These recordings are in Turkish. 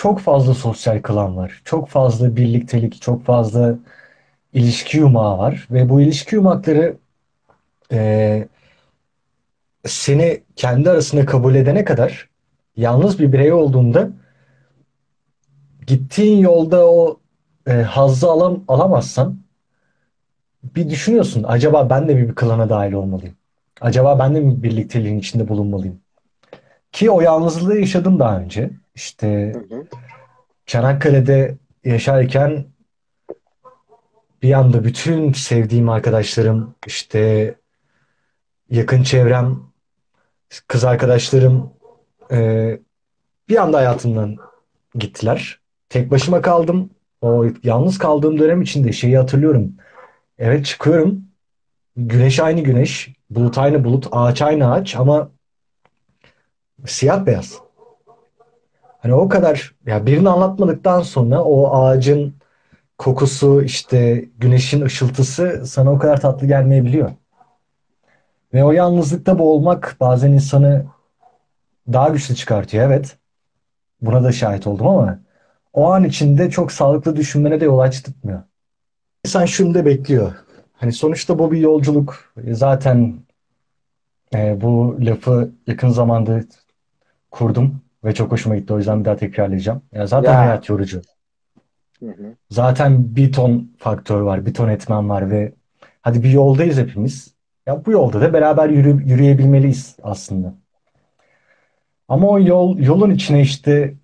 çok fazla sosyal kılan var. Çok fazla birliktelik, çok fazla ilişki yumağı var. Ve bu ilişki yumakları e, seni kendi arasında kabul edene kadar yalnız bir birey olduğunda gittiğin yolda o hazzı alamazsan bir düşünüyorsun. Acaba ben de bir klana dahil olmalıyım. Acaba ben de mi birlikteliğin içinde bulunmalıyım? Ki o yalnızlığı yaşadım daha önce. İşte Hı hı. Çanakkale'de yaşarken bir anda bütün sevdiğim arkadaşlarım, işte yakın çevrem, kız arkadaşlarım e, bir anda hayatımdan gittiler. Tek başıma kaldım. O yalnız kaldığım dönem içinde şeyi hatırlıyorum. Evet, çıkıyorum. Güneş aynı güneş, bulut aynı bulut, ağaç aynı ağaç ama siyah beyaz. Hani o kadar ya, birini anlatmadıktan sonra o ağacın kokusu, işte güneşin ışıltısı sana o kadar tatlı gelmeyebiliyor. Ve o yalnızlıkta boğulmak bazen insanı daha güçlü çıkartıyor. Evet, buna da şahit oldum ama o an içinde çok sağlıklı düşünmene de yol açtırmıyor. İnsan şunu da bekliyor. Hani sonuçta bu bir yolculuk. Zaten bu lafı yakın zamanda kurdum ve çok hoşuma gitti. O yüzden bir daha tekrarlayacağım. Ya zaten Ya. hayat yorucu. Hı hı. Zaten bir ton faktör var, bir ton etmen var ve hadi bir yoldayız hepimiz. Ya bu yolda da beraber yürüyebilmeliyiz aslında. Ama o yolun içine işte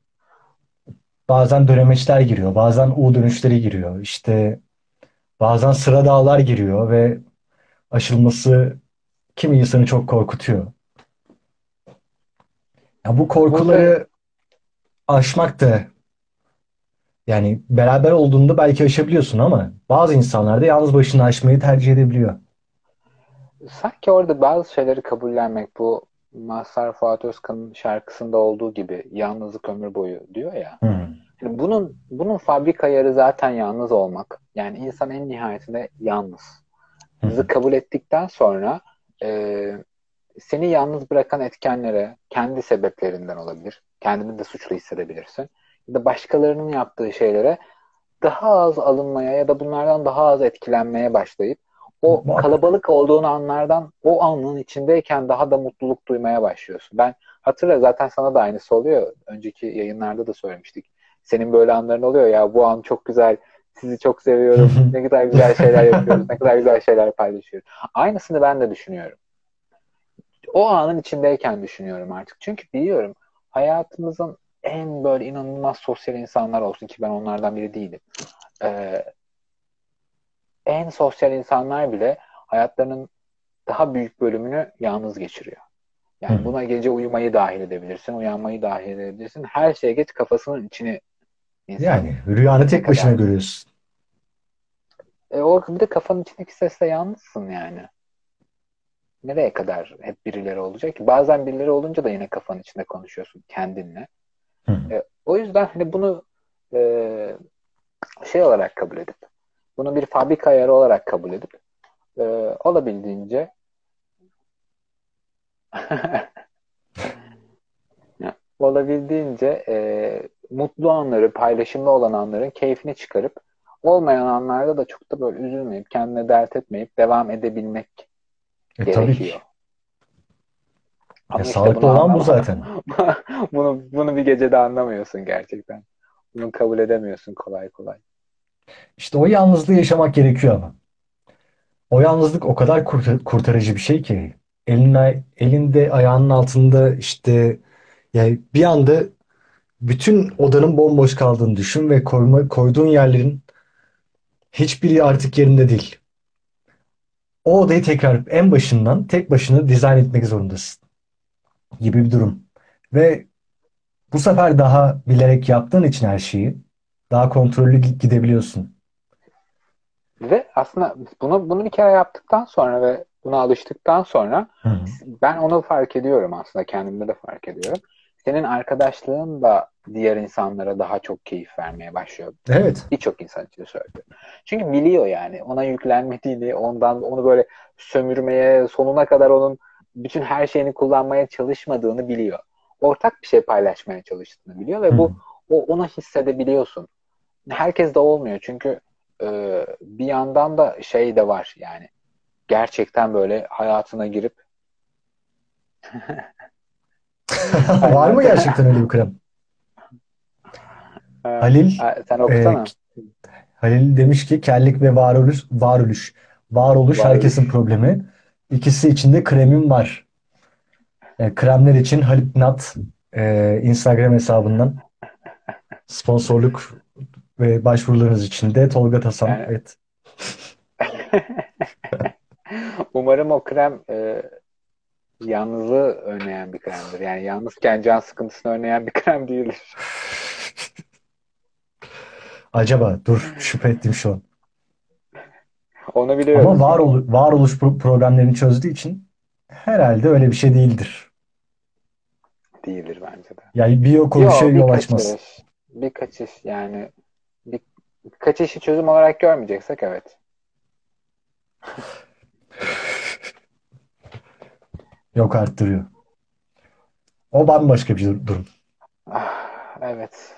bazen dönemeçler giriyor, bazen U dönüşleri giriyor. İşte bazen sıra dağlar giriyor ve aşılması kimi insanı çok korkutuyor. Ya bu Burada korkuları aşmak da, yani beraber olduğunda belki aşabiliyorsun ama bazı insanlar da yalnız başına aşmayı tercih edebiliyor. sanki orada bazı şeyleri kabullenmek, bu Mazhar Fuat Özkan'ın şarkısında olduğu gibi yalnızlık ömür boyu diyor ya. Hı Yani bunun fabrika ayarı zaten yalnız olmak. Yani insan en nihayetinde yalnız. hı hı. Kabul ettikten sonra e, seni yalnız bırakan etkenlere kendi sebeplerinden olabilir. Kendini de suçlu hissedebilirsin. Ya da başkalarının yaptığı şeylere daha az alınmaya ya da bunlardan daha az etkilenmeye başlayıp o Muhakkak. kalabalık olduğun anlardan o anın içindeyken daha da mutluluk duymaya başlıyorsun. Ben hatırla, zaten sana da aynısı oluyor. Önceki yayınlarda da söylemiştik. Senin böyle anların oluyor ya, bu an çok güzel, sizi çok seviyorum, ne kadar güzel şeyler yapıyoruz, ne kadar güzel şeyler paylaşıyoruz. Aynısını ben de düşünüyorum. O anın içindeyken düşünüyorum artık. Çünkü biliyorum hayatımızın en böyle inanılmaz sosyal insanlar olsun, ki ben onlardan biri değilim. Ee, En sosyal insanlar bile hayatlarının daha büyük bölümünü yalnız geçiriyor. Hı Yani hı. buna gece uyumayı dahil edebilirsin, uyanmayı dahil edebilirsin. Her şeye geç kafasının içini insan Yani rüyanı ne tek başına kadar. görüyorsun. O bir de kafanın içindeki sesle yalnızsın yani. Nereye kadar hep birileri olacak ki? Bazen birileri olunca da yine kafanın içinde konuşuyorsun kendinle. Hı hı. O yüzden hani bunu e, şey olarak kabul edip, bunu bir fabrika ayarı olarak kabul edip e, olabildiğince mutlu anları, paylaşımlı olan anların keyfini çıkarıp olmayan anlarda da çok da böyle üzülmeyip, kendine dert etmeyip devam edebilmek Tabii ki. gerekiyor. Ya Ama işte sağlıklı bunu olan bu anlama. zaten. Bunu bir gecede anlamıyorsun gerçekten. Bunu kabul edemiyorsun kolay kolay. İşte o yalnızlığı yaşamak gerekiyor ama. O yalnızlık o kadar kurtarıcı bir şey ki. Elinde ayağının altında işte, yani bir anda bütün odanın bomboş kaldığını düşün ve koyduğun yerlerin hiçbiri artık yerinde değil. O odayı tekrar en başından tek başına dizayn etmek zorundasın gibi bir durum. Ve bu sefer daha bilerek yaptığın için her şeyi daha kontrollü gidebiliyorsun. Ve aslında bunu bir kere yaptıktan sonra ve buna alıştıktan sonra Hı hı. ben onu fark ediyorum, aslında kendimde de fark ediyorum. Senin arkadaşlığın da diğer insanlara daha çok keyif vermeye başlıyor. Evet. Birçok insan için söylüyorum. Çünkü biliyor yani ona yüklenmediğini, onu böyle sömürmeye, sonuna kadar onun bütün her şeyini kullanmaya çalışmadığını biliyor. Ortak bir şey paylaşmaya çalıştığını biliyor Hı ve hı. Onu hissedebiliyorsun. Herkes de olmuyor çünkü bir yandan da şey de var yani. Gerçekten böyle hayatına girip Var mı hayatına gerçekten öyle bir krem? Halil sen e, okusana. Halil demiş ki kellik ve varoluş herkesin Varoluş. problemi. İkisi içinde kremim var. Kremler için Halil Nat Instagram hesabından sponsorluk ve başvurularınız için de Tolga Tasam. Yani Evet. umarım o krem yalnızlığı önleyen bir kremdir. Yani yalnızken can sıkıntısını önleyen bir krem değildir. Acaba dur şüphe ettim şu an. Onu Ama biliyoruz. problemlerini çözdüğü için herhalde öyle bir şey değildir. Değildir bence de. Yani biyokolojiye Yo, yol bir açmaz. kaçış. Bir kaçış yani bir kaçışı çözüm olarak görmeyeceksek evet. Yok arttırıyor. O bambaşka bir durum. Ah, evet.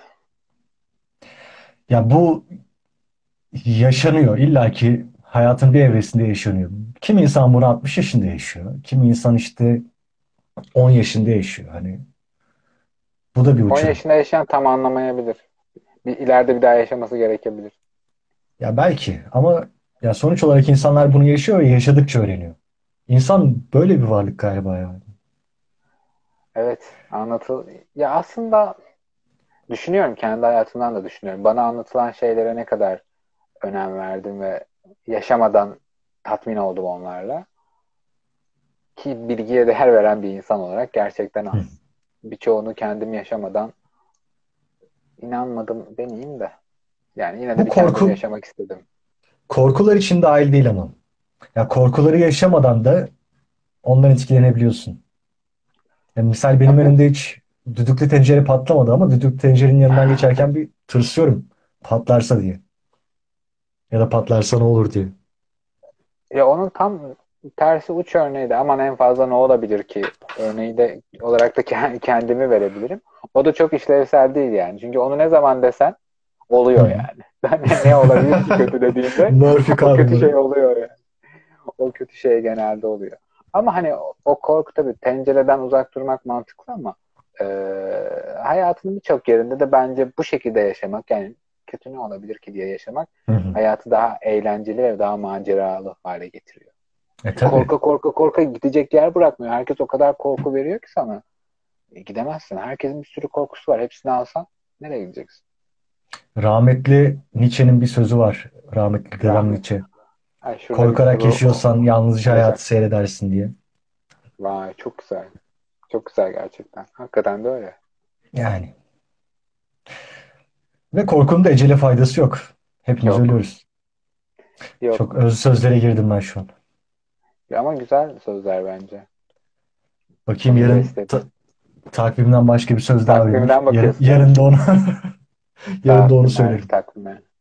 Ya bu yaşanıyor. İlla ki hayatın bir evresinde yaşanıyor. Kim insan bunu 60 yaşında yaşıyor. Kim insan işte 10 yaşında yaşıyor. Hani bu da bir 10 uçurum. yaşında yaşayan tam anlamayabilir. İleride bir daha yaşaması gerekebilir. Ya belki ama ya sonuç olarak insanlar bunu yaşıyor ve yaşadıkça öğreniyor. İnsan böyle bir varlık galiba yani. Evet, ya aslında düşünüyorum, kendi hayatımdan da düşünüyorum. Bana anlatılan şeylere ne kadar önem verdim ve yaşamadan tatmin oldum onlarla. Ki bilgiye değer veren bir insan olarak gerçekten Hı. az. Birçoğunu kendim yaşamadan inanmadım demeyeyim de. Yani yine de Bu bir kendim korku yaşamak istedim. korkular için dahil değil ama. Ya korkuları yaşamadan da ondan etkilenebiliyorsun. Yani misal benim Ya bu önümde hiç düdüklü tencere patlamadı ama düdüklü tencerenin yanından geçerken bir tırsıyorum. Patlarsa diye. Ya da patlarsa ne olur diye. ya onun tam tersi uç örneği de aman en fazla ne olabilir ki örneği de olarak da kendimi verebilirim. O da çok işlevsel değil yani. Çünkü onu ne zaman desen Hı oluyor hı. yani. Ne olabilir ki kötü dediğinde Murphy o kötü kanunları. şey oluyor yani. O kötü şey genelde oluyor. Ama hani o korku, tabii tencereden uzak durmak mantıklı ama e, hayatının birçok yerinde de bence bu şekilde yaşamak, yani kötü ne olabilir ki diye yaşamak Hı hı. hayatı daha eğlenceli ve daha maceralı hale getiriyor. Tabii. Korka korka korka gidecek yer bırakmıyor. Herkes o kadar korku veriyor ki sana. Gidemezsin. Herkesin bir sürü korkusu var. Hepsini alsan nereye gideceksin? Rahmetli Nietzsche'nin bir sözü var. Rahmetli dedem Rahmet. Nietzsche. Ay, şurada bir Korkarak kitabı yaşıyorsan yalnızca okuyacak. hayatı seyredersin diye. Vay, çok güzel. Çok güzel gerçekten. Hakikaten de öyle. Yani. Ve korkunun da ecele faydası yok. Hepimiz Yok. ölüyoruz. Çok Yok. öz sözlere girdim ben şu an. Ama güzel sözler bence. Bakayım Konuyu yarın besledi. takvimden başka bir söz daha öğrenir. Takvimden bakıyorsun değil mi? Yarın da onu yarın da Tamam, onu ver söylerim. takvime.